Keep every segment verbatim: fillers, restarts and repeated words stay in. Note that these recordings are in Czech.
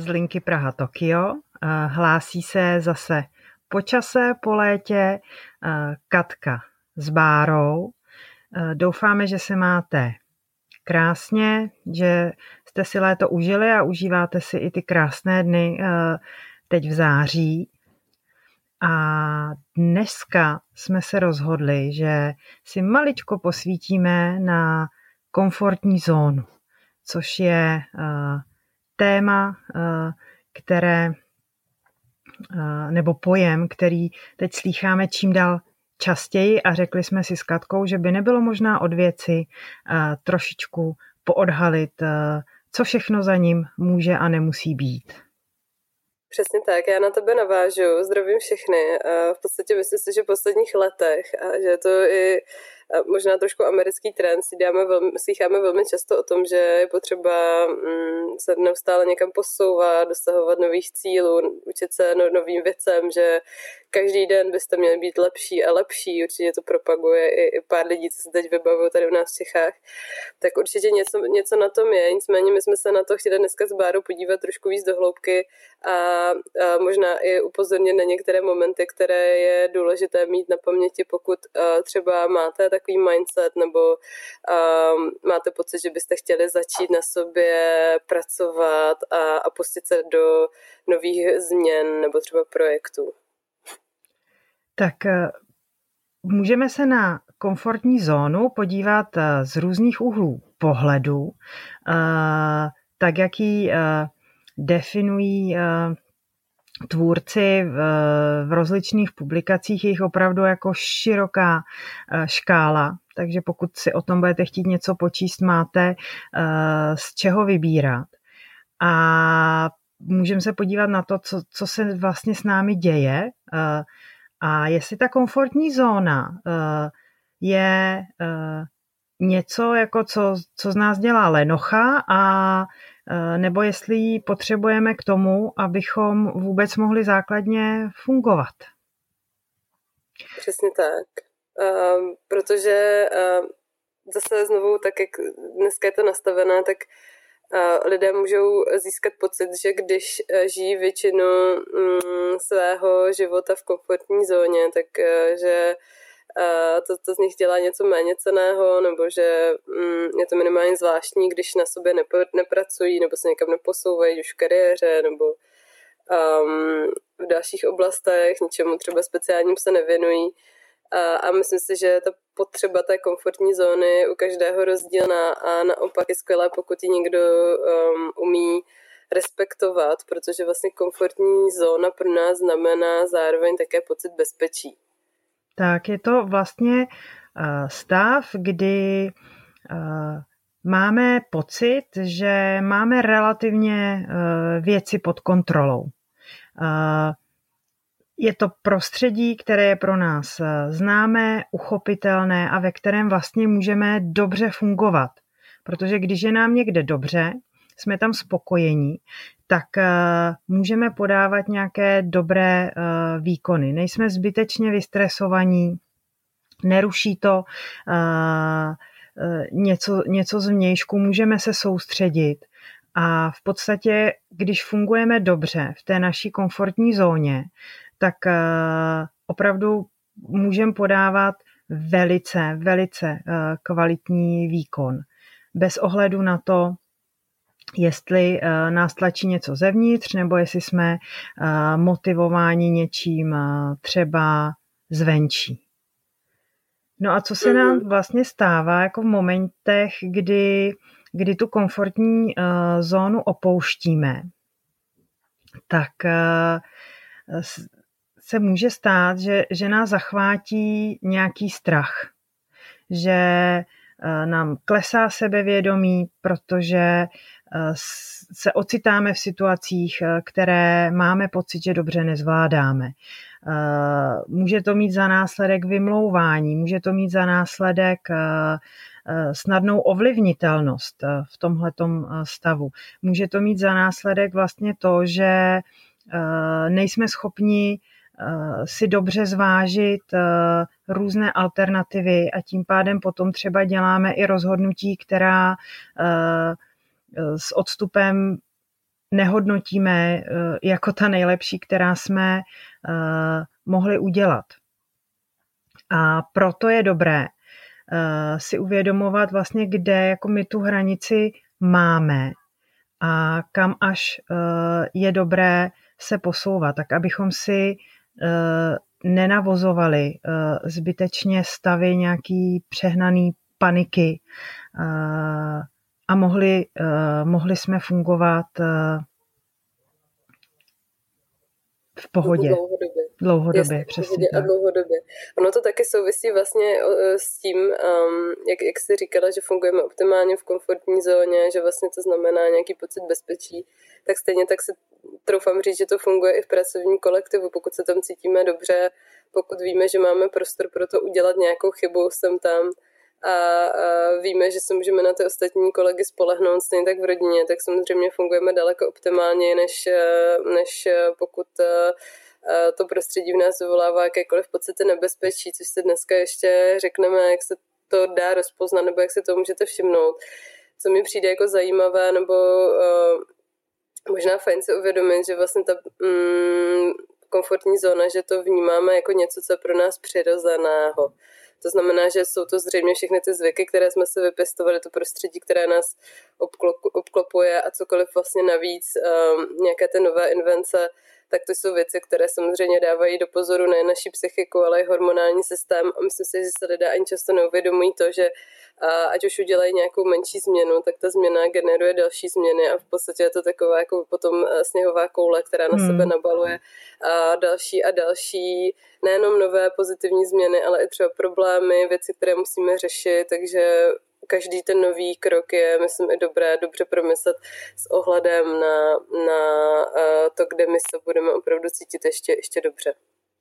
linky Praha-Tokio. Hlásí se zase po čase, po létě Katka s Bárou. Doufáme, že se máte krásně, že jste si léto užili a užíváte si i ty krásné dny teď v září. A dneska jsme se rozhodli, že si maličko posvítíme na komfortní zónu, což je uh, téma, uh, které, uh, nebo pojem, který teď slýcháme čím dál častěji a řekli jsme si s Katkou, že by nebylo možná od věci uh, trošičku poodhalit, uh, co všechno za ním může a nemusí být. Přesně tak, já na tebe navážu, zdravím všechny. V podstatě myslím si, že v posledních letech, a že je to i možná trošku americký trend, slycháme velmi, slycháme velmi často o tom, že je potřeba mm, se neustále někam posouvat, dosahovat nových cílů, učit se no, novým věcem, že každý den byste měli být lepší a lepší, určitě to propaguje i, i pár lidí, co se teď vybavují tady u nás v Čechách, tak určitě něco, něco na tom je, nicméně my jsme se na to chtěli dneska s Bárou podívat trošku víc do hloubky a, a možná i upozornit na některé momenty, které je důležité mít na paměti, pokud a, třeba máte takový mindset nebo um, máte pocit, že byste chtěli začít na sobě pracovat a, a pustit se do nových změn nebo třeba projektů. Tak můžeme se na komfortní zónu podívat z různých úhlů pohledu, tak jak ji definují tvůrci v, v rozličných publikacích, je jich opravdu jako široká škála, takže pokud si o tom budete chtít něco počíst, máte z čeho vybírat. A můžeme se podívat na to, co, co se vlastně s námi děje a jestli ta komfortní zóna je něco, jako co, co z nás dělá lenocha, a nebo jestli ji potřebujeme k tomu, abychom vůbec mohli základně fungovat. Přesně tak. Um, protože um, zase znovu, tak jak dneska je to nastavené, tak uh, lidé můžou získat pocit, že když žijí většinu um, svého života v komfortní zóně, tak uh, že Uh, to, to z nich dělá něco méně cenného, nebo že um, je to minimálně zvláštní, když na sobě nepo, nepracují, nebo se někam neposouvají už v kariéře, nebo um, v dalších oblastech, ničemu třeba speciálním se nevěnují. Uh, a myslím si, že ta potřeba té komfortní zóny je u každého rozdílná a naopak je skvělé, pokud ji někdo um, umí respektovat, protože vlastně komfortní zóna pro nás znamená zároveň také pocit bezpečí. Tak je to vlastně stav, kdy máme pocit, že máme relativně věci pod kontrolou. Je to prostředí, které je pro nás známé, uchopitelné a ve kterém vlastně můžeme dobře fungovat. Protože když je nám někde dobře, jsme tam spokojení, tak můžeme podávat nějaké dobré výkony. Nejsme zbytečně vystresovaní, neruší to něco, něco zvnějšku, můžeme se soustředit. A v podstatě, když fungujeme dobře v té naší komfortní zóně, tak opravdu můžeme podávat velice, velice kvalitní výkon. Bez ohledu na to, jestli nás tlačí něco zevnitř, nebo jestli jsme motivováni něčím třeba zvenčí. No a co se nám vlastně stává jako v momentech, kdy, kdy tu komfortní zónu opouštíme, tak se může stát, že, že nás zachvátí nějaký strach, že nám klesá sebevědomí, protože se ocitáme v situacích, které máme pocit, že dobře nezvládáme. Může to mít za následek vymlouvání, může to mít za následek snadnou ovlivnitelnost v tomhletom stavu. Může to mít za následek vlastně to, že nejsme schopni si dobře zvážit různé alternativy a tím pádem potom třeba děláme i rozhodnutí, která s odstupem nehodnotíme jako ta nejlepší, která jsme mohli udělat. A proto je dobré si uvědomovat vlastně, kde jako my tu hranici máme a kam až je dobré se posouvat, tak abychom si nenavozovali zbytečně stavy nějaký přehnaný paniky a mohli, mohli jsme fungovat v pohodě. Dlouhodobě. Dlouhodobě, Jasně, přesně a dlouhodobě. Ono to taky souvisí vlastně s tím, um, jak, jak jsi říkala, že fungujeme optimálně v komfortní zóně, že vlastně to znamená nějaký pocit bezpečí, tak stejně tak se troufám říct, že to funguje i v pracovním kolektivu, pokud se tam cítíme dobře, pokud víme, že máme prostor pro to udělat nějakou chybu sem tam, a, a víme, že se můžeme na ty ostatní kolegy spolehnout, stejně tak v rodině, tak samozřejmě fungujeme daleko optimálně, než, než pokud to prostředí v nás vyvolává jakékoliv pocity nebezpečí, což se dneska ještě řekneme, jak se to dá rozpoznat, nebo jak se to můžete všimnout. Co mi přijde jako zajímavé, nebo uh, možná fajn si uvědomit, že vlastně ta mm, komfortní zóna, že to vnímáme jako něco, co je pro nás přirozeného. To znamená, že jsou to zřejmě všechny ty zvyky, které jsme si vypěstovali, to prostředí, které nás obklopuje a cokoliv vlastně navíc, um, nějaké ty nové invence, tak to jsou věci, které samozřejmě dávají do pozoru nejen naši psychiku, ale i hormonální systém. A myslím si, že se lidé ani často neuvědomují to, že ať už udělají nějakou menší změnu, tak ta změna generuje další změny a v podstatě je to taková jako potom sněhová koule, která na hmm. sebe nabaluje a další a další, nejenom nové pozitivní změny, ale i třeba problémy, věci, které musíme řešit, takže každý ten nový krok je, myslím, i dobré, dobře promyslet s ohledem na, na to, kde my se budeme opravdu cítit ještě, ještě dobře.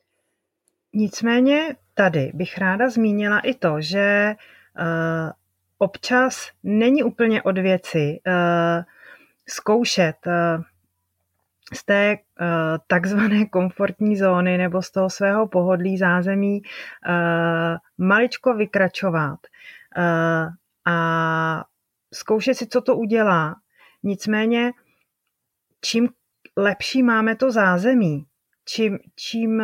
Nicméně tady bych ráda zmínila i to, že uh, občas není úplně od věci uh, zkoušet uh, z té uh, takzvané komfortní zóny nebo z toho svého pohodlí zázemí uh, maličko vykračovat uh, a zkoušet si, co to udělá. Nicméně, čím lepší máme to zázemí, čím, čím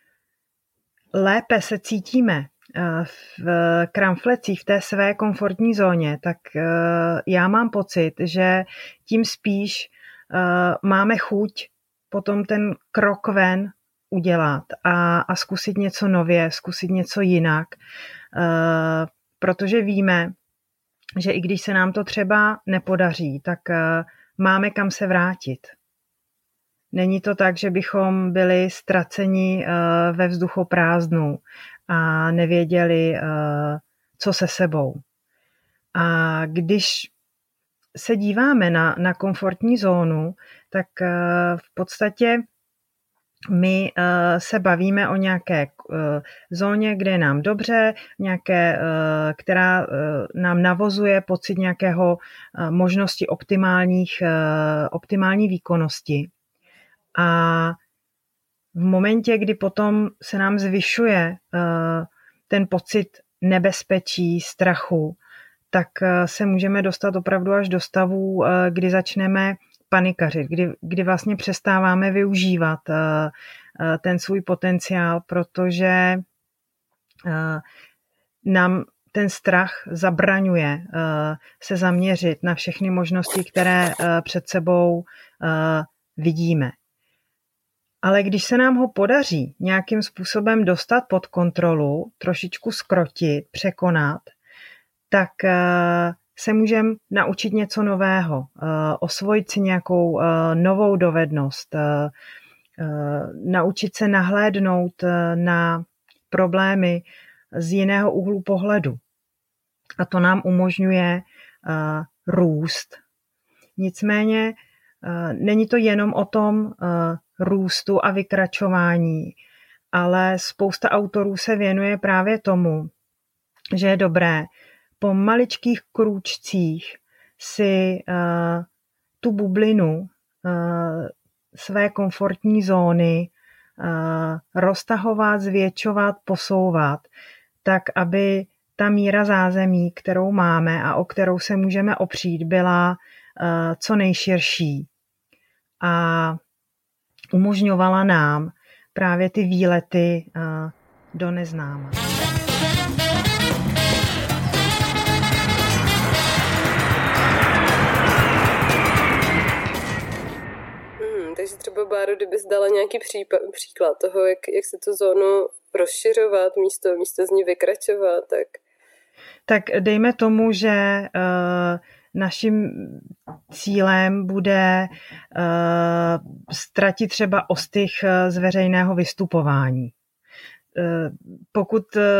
lépe se cítíme v kramflecích, v té své komfortní zóně, tak já mám pocit, že tím spíš máme chuť potom ten krok ven udělat a, a zkusit něco nově, zkusit něco jinak, protože víme, že i když se nám to třeba nepodaří, tak máme kam se vrátit. Není to tak, že bychom byli ztraceni ve vzduchoprázdnu a nevěděli, co se sebou. A když se díváme na, na komfortní zónu, tak v podstatě my se bavíme o nějaké zóně, kde je nám dobře, nějaké, která nám navozuje pocit nějakého možnosti optimálních, optimální výkonnosti. A v momentě, kdy potom se nám zvyšuje ten pocit nebezpečí, strachu, tak se můžeme dostat opravdu až do stavu, kdy začneme panikařit, kdy, kdy vlastně přestáváme využívat ten svůj potenciál, protože nám ten strach zabraňuje se zaměřit na všechny možnosti, které před sebou vidíme. Ale když se nám ho podaří nějakým způsobem dostat pod kontrolu, trošičku zkrotit, překonat, tak se můžeme naučit něco nového, osvojit si nějakou novou dovednost, naučit se nahlédnout na problémy z jiného úhlu pohledu. A to nám umožňuje růst. Nicméně není to jenom o tom růstu a vykračování, ale spousta autorů se věnuje právě tomu, že je dobré po maličkých krůčcích si uh, tu bublinu uh, své komfortní zóny uh, roztahovat, zvětšovat, posouvat, tak aby ta míra zázemí, kterou máme a o kterou se můžeme opřít, byla uh, co nejširší. a umožňovala nám právě ty výlety do neznáma. Hmm, takže třeba, Báro, kdybys dala nějaký případ, příklad toho, jak, jak se tu zónu rozšiřovat, místo, místo z ní vykračovat, tak... Tak dejme tomu, že uh, naším cílem bude uh, ztratit třeba ostych z veřejného vystupování. Uh, pokud uh,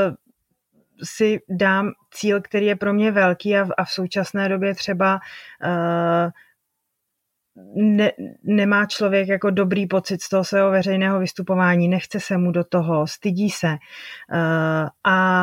si dám cíl, který je pro mě velký a v, a v současné době třeba uh, ne, nemá člověk jako dobrý pocit z toho svého veřejného vystupování, nechce se mu do toho, stydí se uh, a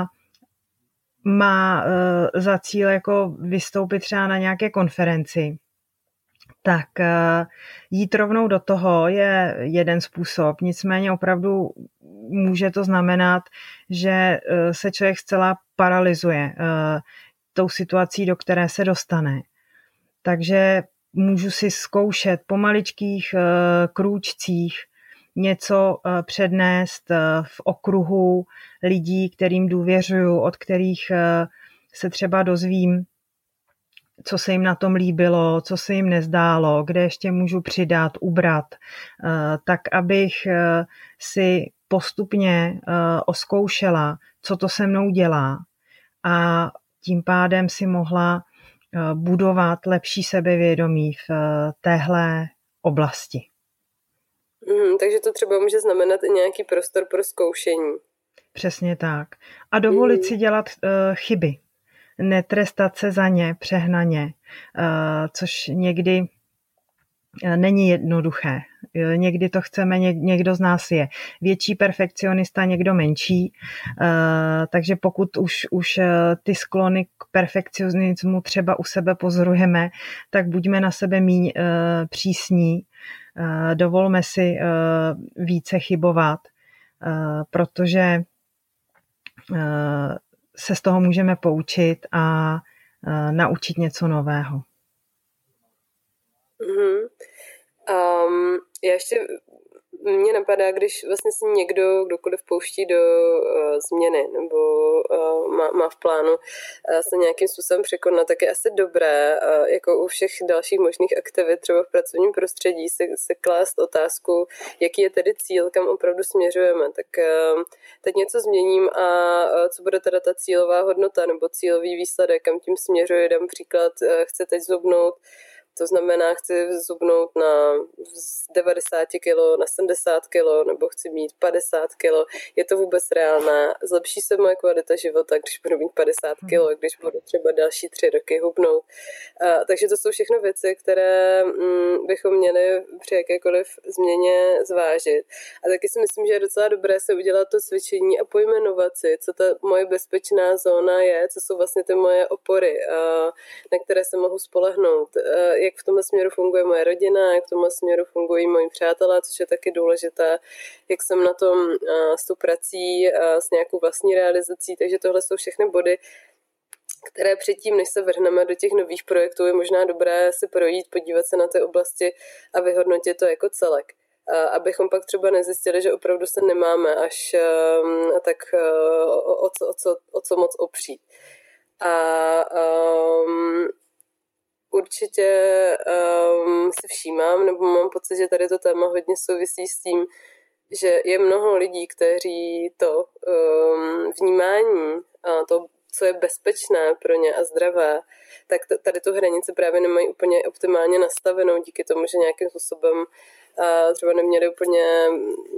má uh, za cíl jako vystoupit třeba na nějaké konferenci, tak uh, jít rovnou do toho je jeden způsob. Nicméně opravdu může to znamenat, že uh, se člověk zcela paralyzuje uh, tou situací, do které se dostane. Takže můžu si zkoušet po maličkých uh, krůčcích něco uh, přednést uh, v okruhu lidí, kterým důvěřuju, od kterých uh, se třeba dozvím, co se jim na tom líbilo, co se jim nezdálo, kde ještě můžu přidat, ubrat, uh, tak abych uh, si postupně uh, oskoušela, co to se mnou dělá a tím pádem si mohla budovat lepší sebevědomí v téhle oblasti. Mm, takže to třeba může znamenat i nějaký prostor pro zkoušení. Přesně tak. A dovolit mm. si dělat uh, chyby. Netrestat se za ně přehnaně, uh, což někdy uh, není jednoduché. Uh, někdy to chceme, něk, někdo z nás je větší perfekcionista, někdo menší. Uh, takže pokud už, už uh, ty sklony k perfekcionismu třeba u sebe pozorujeme, tak buďme na sebe míň uh, přísní. Uh, dovolme si uh, více chybovat, uh, protože uh, se z toho můžeme poučit a uh, naučit něco nového. Mm-hmm. Um, já ještě mě napadá, když vlastně si někdo, kdokoliv pouští do uh, změny nebo uh, má, má v plánu uh, se nějakým způsobem překonat, tak je asi dobré, uh, jako u všech dalších možných aktivit, třeba v pracovním prostředí, se, se klást otázku, jaký je tedy cíl, kam opravdu směřujeme. Tak uh, teď něco změním a uh, co bude teda ta cílová hodnota nebo cílový výsledek, kam tím směřuje. Dám příklad, uh, chce teď zhubnout. To znamená, chci zhubnout na devadesát kilo, na sedmdesát kilo, nebo chci mít padesát kilo. Je to vůbec reálné? Zlepší se moje kvalita života, když budu mít padesát kilo, když budu třeba další tři roky hubnout. A, takže to jsou všechno věci, které mm, bychom měli při jakékoliv změně zvážit. A taky si myslím, že je docela dobré se udělat to cvičení a pojmenovat si, co ta moje bezpečná zóna je, co jsou vlastně ty moje opory, a, na které se mohu spolehnout. A, jak v tomhle směru funguje moje rodina, jak v tomhle směru fungují moji přátelé, což je taky důležité, jak jsem na tom uh, s tou prací, uh, s nějakou vlastní realizací, takže tohle jsou všechny body, které předtím, než se vrhneme do těch nových projektů, je možná dobré si projít, podívat se na ty oblasti a vyhodnotit to jako celek. Uh, abychom pak třeba nezjistili, že opravdu se nemáme až uh, tak uh, o, o, co, o, co, o co moc opřít. A um, Určitě um, si všímám, nebo mám pocit, že tady to téma hodně souvisí s tím, že je mnoho lidí, kteří to um, vnímání a to, co je bezpečné pro ně a zdravé, tak t- tady tu hranici právě nemají úplně optimálně nastavenou díky tomu, že nějakým způsobem uh, třeba neměli úplně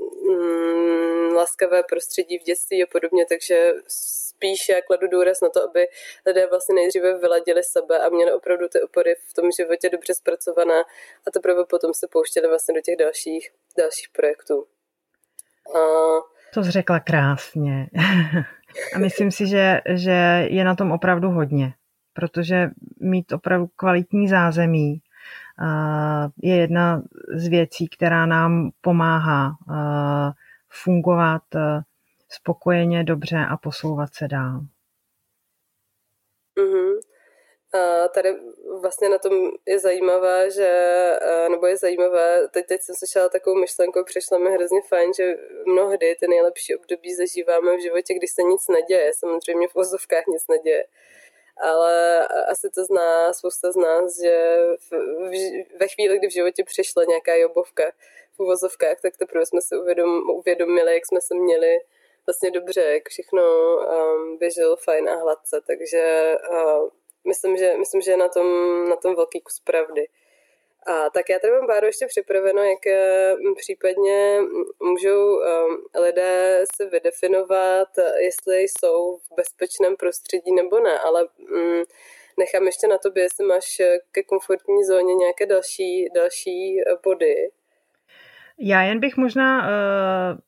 um, laskavé prostředí v dětství a podobně, takže spíš já kladu důraz na to, aby lidé vlastně nejdříve vyladili sebe a měli opravdu ty opory v tom životě dobře zpracované a teprve potom se pouštěli vlastně do těch dalších, dalších projektů. A... To jsi řekla krásně. A myslím si, že, že je na tom opravdu hodně, protože mít opravdu kvalitní zázemí je jedna z věcí, která nám pomáhá fungovat spokojeně, dobře a posouvat se dál. Mm-hmm. A tady vlastně na tom je zajímavé, že, nebo je zajímavé, teď, teď jsem slyšela takovou myšlenku, přišla mi hrozně fajn, že mnohdy ty nejlepší období zažíváme v životě, když se nic neděje, samozřejmě v ozovkách nic neděje. Ale asi to zná spousta z nás, že v, v, ve chvíli, kdy v životě přišla nějaká jobovka v uvozovkách, tak teprve jsme si uvědom, uvědomili, jak jsme se měli vlastně dobře, jak všechno um, běželo fajn a hladce, takže uh, myslím, že, myslím, že je na tom, na tom velký kus pravdy. A tak já tady mám, Báro, ještě připraveno, jak případně můžou um, lidé si vydefinovat, jestli jsou v bezpečném prostředí nebo ne, ale um, nechám ještě na tobě, jestli máš ke komfortní zóně nějaké další, další body. Já jen bych možná uh,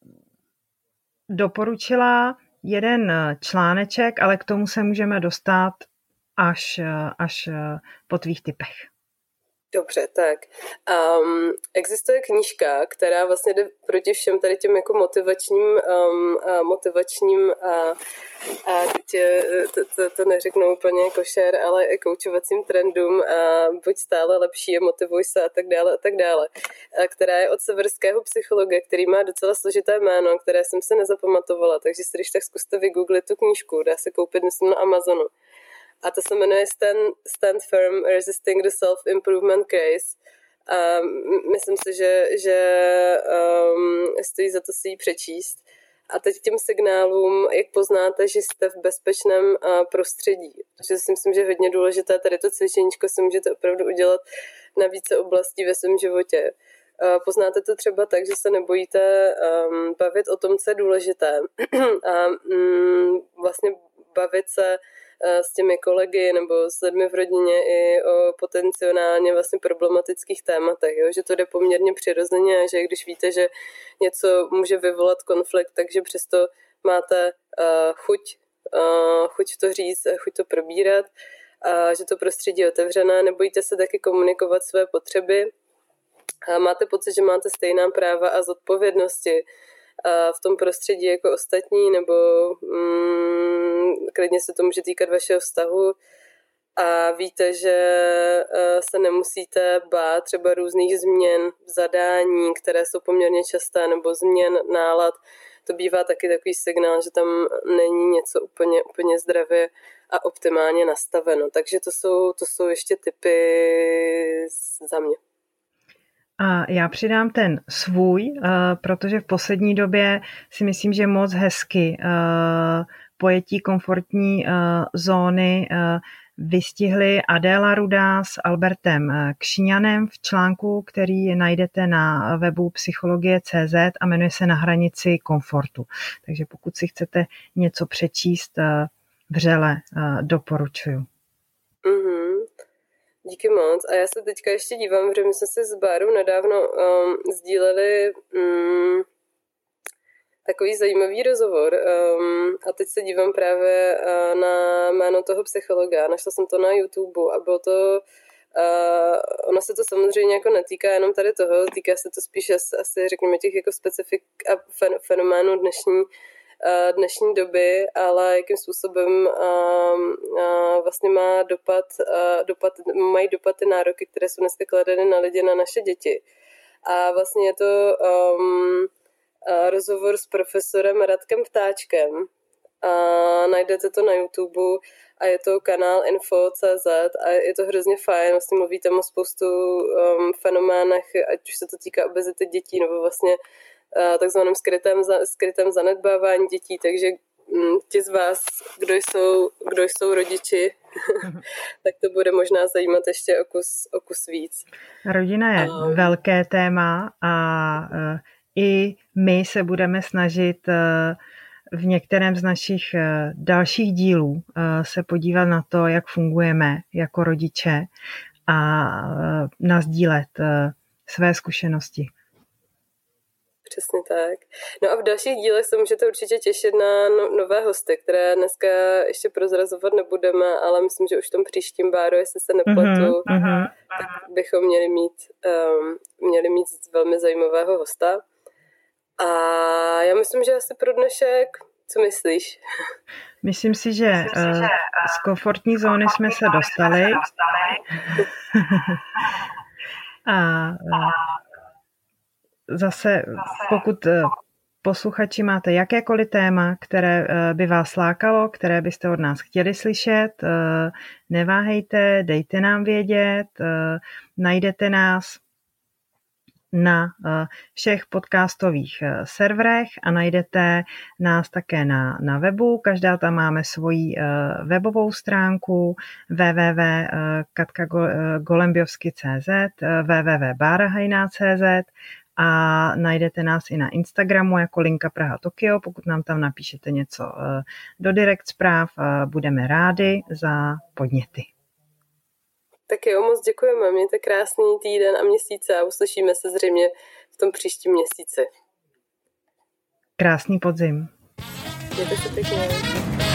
doporučila jeden článeček, ale k tomu se můžeme dostat až, až po tvých tipech. Dobře, tak. Um, existuje knížka, která vlastně jde proti všem tady těm jako motivačním, um, a motivačním a, a teď to, to, to neřeknu úplně košer, ale i koučovacím trendům a buď stále lepší a motivuj se a tak dále a tak dále, a která je od severského psychologa, který má docela složité jméno, které jsem se nezapamatovala, takže si když tak zkuste vygooglit tu knížku, dá se koupit myslím na Amazonu. A to se jmenuje Stand, Stand Firm Resisting the Self-Improvement Craze. A myslím si, že, že um, stojí za to si ji přečíst. A teď k těm signálům, jak poznáte, že jste v bezpečném uh, prostředí. Takže si myslím, že je hodně důležité. Tady to cvičeníčko si můžete opravdu udělat na více oblastí ve svém životě. Uh, poznáte to třeba tak, že se nebojíte um, bavit o tom, co je důležité. A um, vlastně bavit se s těmi kolegy nebo s lidmi v rodině i o potenciálně vlastně problematických tématech, jo? Že to jde poměrně přirozeně a že když víte, že něco může vyvolat konflikt, takže přesto máte uh, chuť, uh, chuť to říct, chuť to probírat a že to prostředí je otevřené, nebojíte se taky komunikovat své potřeby a máte pocit, že máte stejná práva a zodpovědnosti v tom prostředí jako ostatní, nebo mm, klidně se to může týkat vašeho vztahu a víte, že se nemusíte bát třeba různých změn v zadání, které jsou poměrně časté, nebo změn nálad. To bývá taky takový signál, že tam není něco úplně, úplně zdravě a optimálně nastaveno. Takže to jsou, to jsou ještě tipy za mě. A já přidám ten svůj, protože v poslední době si myslím, že moc hezky pojetí komfortní zóny vystihli Adéla Rudá s Albertem Kšiňanem v článku, který najdete na webu psychologie tečka cé zet a jmenuje se Na hranici komfortu. Takže pokud si chcete něco přečíst, vřele doporučuju. Mm-hmm. Díky moc. A já se teďka ještě dívám, že my jsme si s Bárou nedávno um, sdíleli um, takový zajímavý rozhovor um, a teď se dívám právě uh, na jméno toho psychologa. Našla jsem to na YouTube a bylo to, uh, ono se to samozřejmě jako netýká jenom tady toho, týká se to spíš asi řekněme těch jako specifik a fen, fenoménů dnešní dnešní doby, ale jakým způsobem a, a vlastně má dopad, a dopad, mají dopad ty nároky, které jsou dneska kladeny na lidi, na naše děti. A vlastně je to um, rozhovor s profesorem Radkem Ptáčkem. A najdete to na YouTube a je to kanál info tečka cé zet a je to hrozně fajn. Vlastně mluví tam o spoustu um, fenoménech, ať už se to týká obezity dětí nebo vlastně takzvaném skrytém, skrytém zanedbávání dětí, takže ti z vás, kdo jsou, kdo jsou rodiči, tak to bude možná zajímat ještě o kus, o kus víc. Rodina je um, velké téma a uh, i my se budeme snažit uh, v některém z našich uh, dalších dílů uh, se podívat na to, jak fungujeme jako rodiče a uh, nasdílet uh, své zkušenosti. Přesně tak. No a v dalších dílech se můžete určitě těšit na no, nové hosty, které dneska ještě prozrazovat nebudeme, ale myslím, že už v tom příštím, Báro, jestli se nepletu, mm-hmm. tak bychom měli mít, um, měli mít velmi zajímavého hosta. A já myslím, že asi pro dnešek, co myslíš? Myslím si, že uh, z komfortní zóny jsme se dostali. A uh, zase, pokud uh, posluchači máte jakékoliv téma, které uh, by vás lákalo, které byste od nás chtěli slyšet, uh, neváhejte, dejte nám vědět, uh, najdete nás na všech podcastových serverech a najdete nás také na, na webu. Každá tam máme svoji webovou stránku w w w tečka katka golembiovsky tečka c z, w w w tečka bárahajná tečka c z a najdete nás i na Instagramu jako Linka Praha Tokio. Pokud nám tam napíšete něco do direct zpráv, budeme rádi za podněty. Tak jo, moc děkujeme, mějte krásný týden a měsíce a uslyšíme se zřejmě v tom příštím měsíci. Krásný podzim. Mějte se pěkně.